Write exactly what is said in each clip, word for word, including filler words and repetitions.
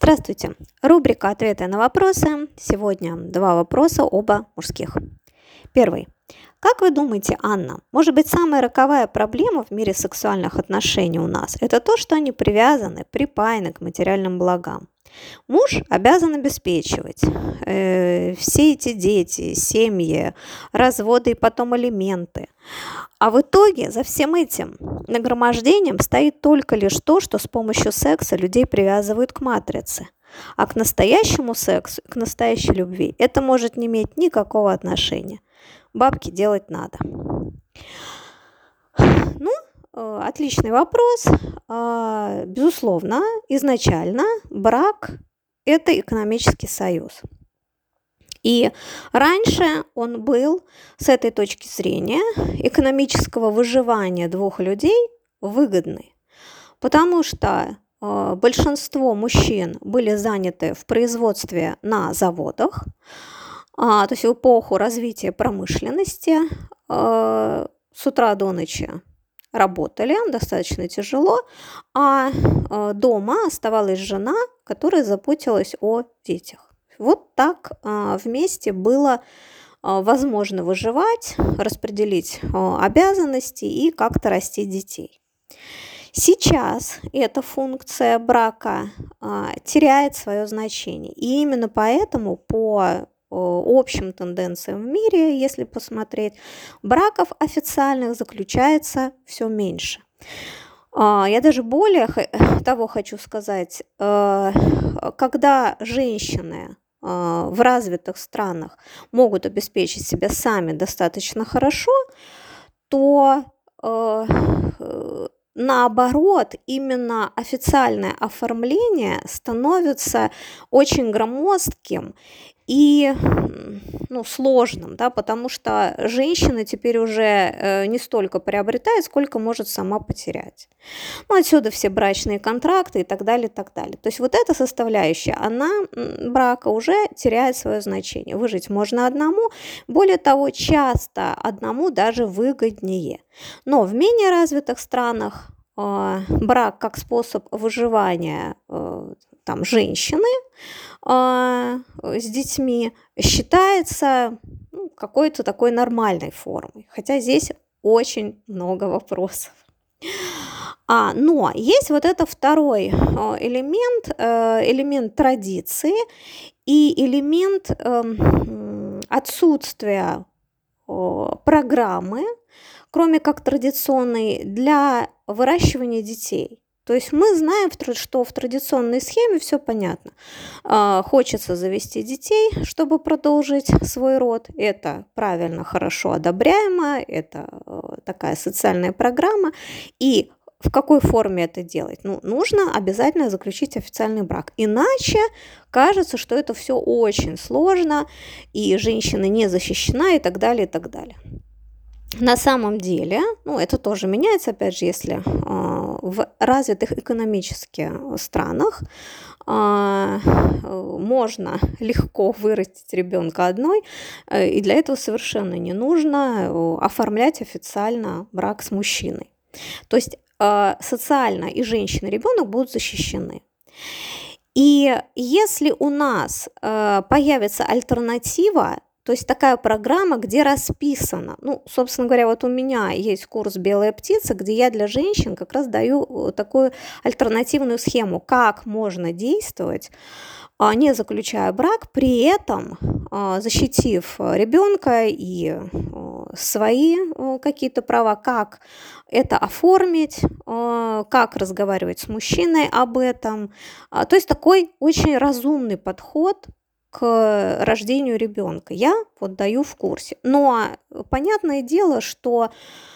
Здравствуйте! Рубрика «Ответы на вопросы». Сегодня два вопроса, оба мужских. Первый. Как вы думаете, Анна, может быть, самая роковая проблема в мире сексуальных отношений у нас – это то, что они привязаны, припаяны к материальным благам? Муж обязан обеспечивать э, все эти дети, семьи, разводы и потом алименты. А в итоге за всем этим нагромождением стоит только лишь то, что с помощью секса людей привязывают к матрице. А к настоящему сексу, к настоящей любви это может не иметь никакого отношения. Бабки делать надо. Ну, отличный вопрос. Безусловно, изначально брак – это экономический союз. И раньше он был, с этой точки зрения, экономического выживания двух людей выгодный, потому что э, большинство мужчин были заняты в производстве на заводах, э, то есть в эпоху развития промышленности э, с утра до ночи работали достаточно тяжело, а э, дома оставалась жена, которая заботилась о детях. Вот так а, вместе было а, возможно выживать, распределить а, обязанности и как-то растить детей. Сейчас эта функция брака а, теряет свое значение. И именно поэтому по а, общим тенденциям в мире, если посмотреть, браков официальных заключается все меньше. Я даже более того хочу сказать, когда женщины в развитых странах могут обеспечить себя сами достаточно хорошо, то э, наоборот, именно официальное оформление становится очень громоздким и ну, сложным, да, потому что женщина теперь уже э, не столько приобретает, сколько может сама потерять. Ну, отсюда все брачные контракты и так далее, и так далее. То есть вот эта составляющая, она брака уже теряет свое значение. Выжить можно одному, более того, часто одному даже выгоднее. Но в менее развитых странах э, брак как способ выживания э, там, женщины э, с детьми считается ну, какой-то такой нормальной формой. Хотя здесь очень много вопросов. А, но есть вот это второй элемент, элемент традиции и элемент отсутствия программы, кроме как традиционной, для выращивания детей. То есть мы знаем, что в традиционной схеме все понятно. Хочется завести детей, чтобы продолжить свой род. Это правильно, хорошо одобряемо, это такая социальная программа. И в какой форме это делать? Ну, нужно обязательно заключить официальный брак. Иначе кажется, что это все очень сложно, и женщина не защищена, и так далее, и так далее. На самом деле, ну, это тоже меняется, опять же, если э, в развитых экономических странах э, можно легко вырастить ребенка одной, э, и для этого совершенно не нужно э, оформлять официально брак с мужчиной. То есть э, социально и женщина, и ребенок будут защищены. И если у нас э, появится альтернатива, то есть такая программа, где расписано, ну, собственно говоря, вот у меня есть курс «Белая птица», где я для женщин как раз даю такую альтернативную схему, как можно действовать, не заключая брак, при этом защитив ребенка и свои какие-то права, как это оформить, как разговаривать с мужчиной об этом. То есть такой очень разумный подход к рождению ребенка я вот даю в курсе. Но понятное дело, что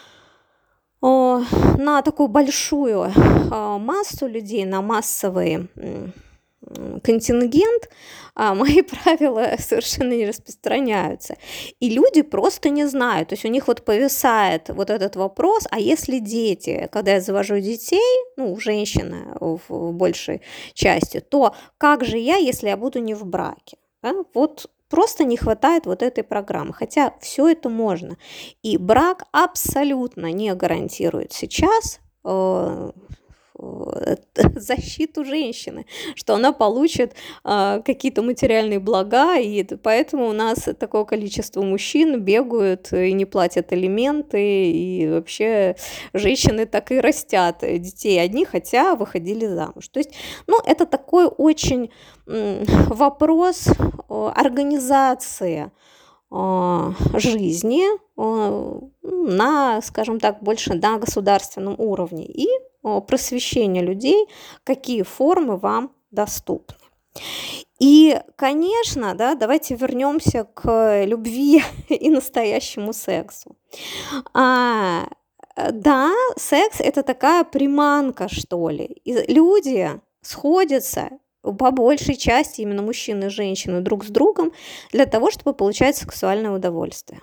э, на такую большую э, массу людей, на массовый э, контингент э, мои правила совершенно не распространяются. И люди просто не знают. То есть у них вот повисает вот этот вопрос, а если дети, когда я завожу детей, ну, женщины в, в большей части, то как же я, если я буду не в браке? Да? Вот просто не хватает вот этой программы, хотя все это можно. И брак абсолютно не гарантирует сейчас э, э, защиту женщины, что она получит а, какие-то материальные блага, и т- поэтому у нас такое количество мужчин бегают и не платят алименты, и вообще женщины так и растят детей одни, хотя выходили замуж. То есть, ну, это такой очень м, вопрос э, организации а, жизни а, на, скажем так, больше на государственном уровне и а, просвещение людей, какие формы вам доступны. И, конечно, да, давайте вернемся к любви и настоящему сексу. А, э, да, секс это такая приманка, что ли. И люди сходятся по большей части, именно мужчины и женщины, друг с другом для того, чтобы получать сексуальное удовольствие.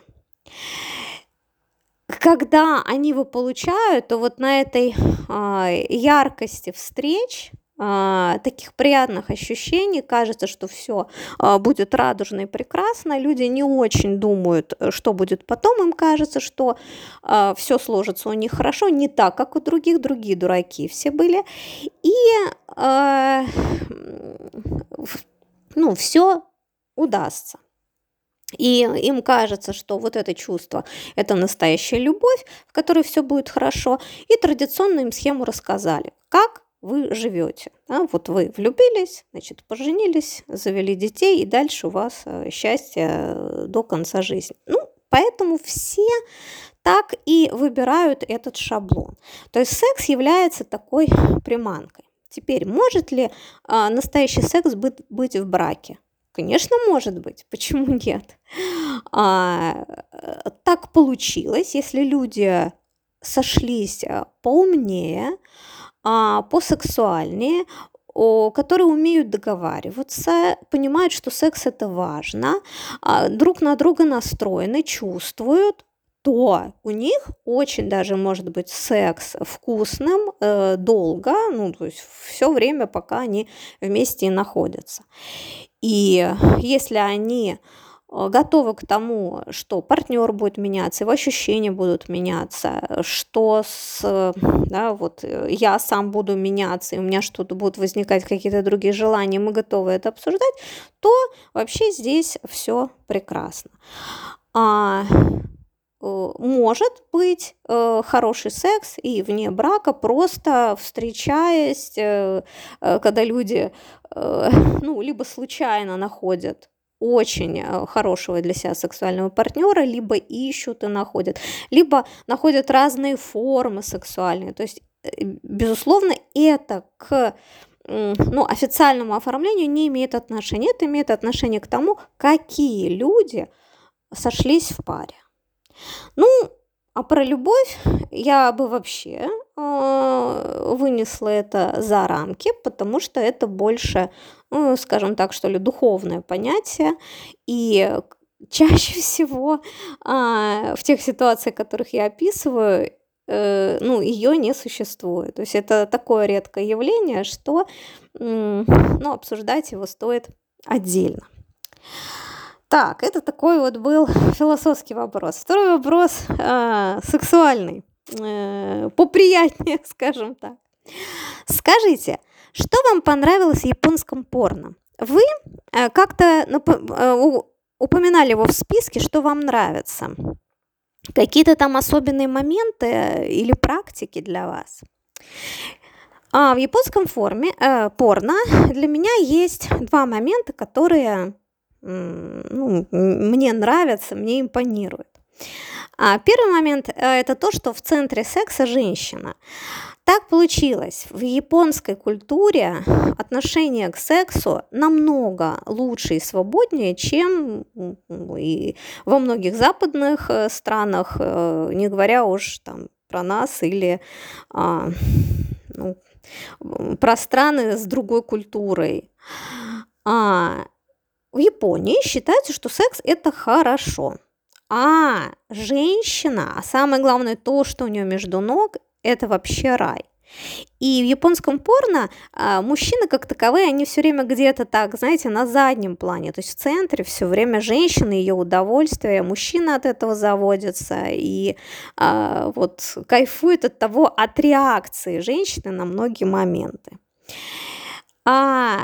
Когда они его получают, то вот на этой а, яркости встреч, а, таких приятных ощущений, кажется, что все будет радужно и прекрасно. Люди не очень думают, э, что будет потом. Им кажется, что все сложится у них хорошо, не так, как у других. Другие дураки все были. И а, в- ну, все удастся. И им кажется, что вот это чувство– это настоящая любовь, в которой все будет хорошо. И традиционно им схему рассказали, как вы живете. Да, вот вы влюбились, значит, поженились, завели детей, и дальше у вас э, счастье э, до конца жизни. Ну, поэтому все так и выбирают этот шаблон. То есть секс является такой приманкой. Теперь, может ли а, настоящий секс быть, быть в браке? Конечно, может быть. Почему нет? А, э, так получилось, если люди сошлись а, поумнее, а, посексуальнее, о, которые умеют договариваться, понимают, что секс это важно, а, друг на друга настроены, чувствуют, то у них очень даже может быть секс вкусным э, долго, ну, то есть все время, пока они вместе и находятся. И если они э, готовы к тому, что партнер будет меняться, его ощущения будут меняться, что с, э, да, вот э, я сам буду меняться, и у меня что-то будут возникать какие-то другие желания, мы готовы это обсуждать, то вообще здесь все прекрасно. А, э, может быть э, хороший секс и вне брака, просто встречаясь, э, э, когда люди э, ну, либо случайно находят очень э, хорошего для себя сексуального партнера, либо ищут и находят, либо находят разные формы сексуальные. То есть, э, безусловно, это к м, ну, официальному оформлению не имеет отношения. Это имеет отношение к тому, какие люди сошлись в паре. Ну, а про любовь я бы вообще э, вынесла это за рамки, потому что это больше, ну, скажем так, что ли, духовное понятие. И чаще всего а, в тех ситуациях, которых я описываю, э, ну, ее не существует. То есть это такое редкое явление, что м, ну, обсуждать его стоит отдельно. Так, это такой вот был философский вопрос. Второй вопрос а, сексуальный, э, поприятнее, скажем так. Скажите, что вам понравилось в японском порно? Вы э, как-то напо- э, у- упоминали его в списке, что вам нравится. Какие-то там особенные моменты или практики для вас? А в японском форме, э, порно для меня есть два момента, которые м, ну, м, мне нравятся, мне импонируют. А первый момент э, это то, что в центре секса женщина. Так получилось. В японской культуре отношение к сексу намного лучше и свободнее, чем м, м, и во многих западных э, странах, э, не говоря уж там про нас или а, ну, м, про страны с другой культурой. А, в Японии считается, что секс это хорошо. А женщина, а самое главное то, что у нее между ног, это вообще рай. И в японском порно а, мужчины как таковые, они все время где-то так, знаете, на заднем плане. То есть в центре все время женщина, ее удовольствие, мужчина от этого заводится и а, вот кайфует от того, от реакции женщины на многие моменты. А,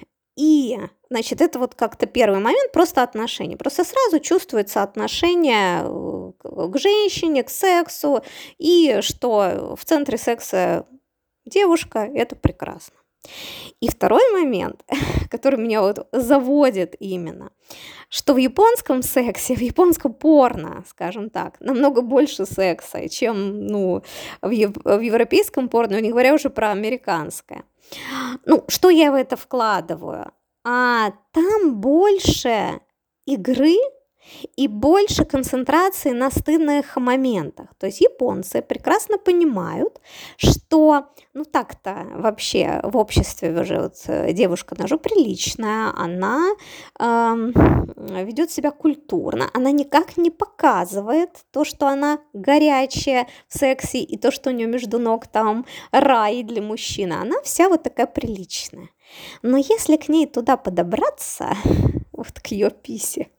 и, значит, это вот как-то первый момент, просто отношения. Просто сразу чувствуется отношение э, к к женщине, к сексу, и что в центре секса девушка — это прекрасно. И второй момент, который меня вот заводит именно, что в японском сексе, в японском порно, скажем так, намного больше секса, чем, ну, в ев в европейском порно, не говоря уже про американское. Ну, что я в это вкладываю? А, там больше игры и больше концентрации на стыдных моментах. То есть японцы прекрасно понимают, что, ну так-то вообще в обществе уже вот э, девушка даже приличная, она ам, ведет себя культурно, она никак не показывает то, что она горячая в сексе и то, что у нее между ног там рай для мужчины. Она вся вот такая приличная. Но если к ней туда подобраться, вот к ее писе,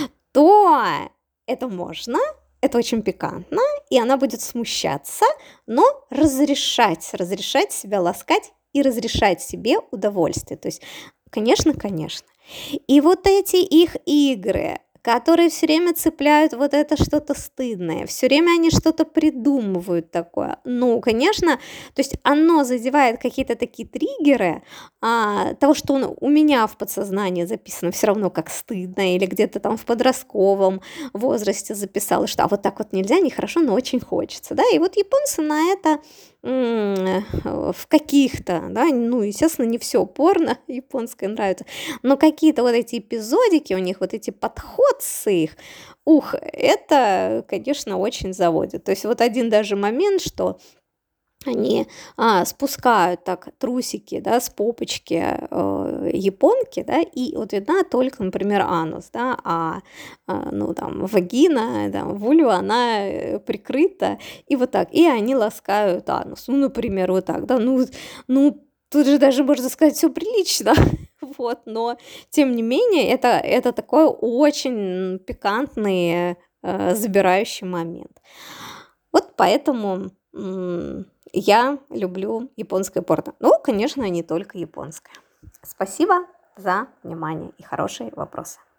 то это можно, это очень пикантно, и она будет смущаться, но разрешать, разрешать себя ласкать и разрешать себе удовольствие. То есть, конечно, конечно. И вот эти их игры, которые все время цепляют вот это что-то стыдное, все время они что-то придумывают такое. Ну, конечно, то есть оно задевает какие-то такие триггеры, а, того, что он у меня в подсознании записано все равно как стыдно, или где-то там в подростковом возрасте записала, что а вот так вот нельзя, нехорошо, но очень хочется, да, и вот японцы на это м, в каких-то, да, ну, естественно, не все порно японское нравится, но какие-то вот эти эпизодики у них, вот эти подходцы их, ух, это, конечно, очень заводит. То есть вот один даже момент, что они а, спускают так трусики, да, с попочки э, японки, да, и вот видна только, например, анус, да, а, а, ну, там, вагина, там, вульва, она э, прикрыта, и вот так, и они ласкают анус, ну, например, вот так, да, ну, ну, тут же даже, можно сказать, все прилично, вот, но, тем не менее, это, это такой очень пикантный, э, забирающий момент. Вот поэтому м, я люблю японское порно. Ну, конечно, не только японское. Спасибо за внимание и хорошие вопросы.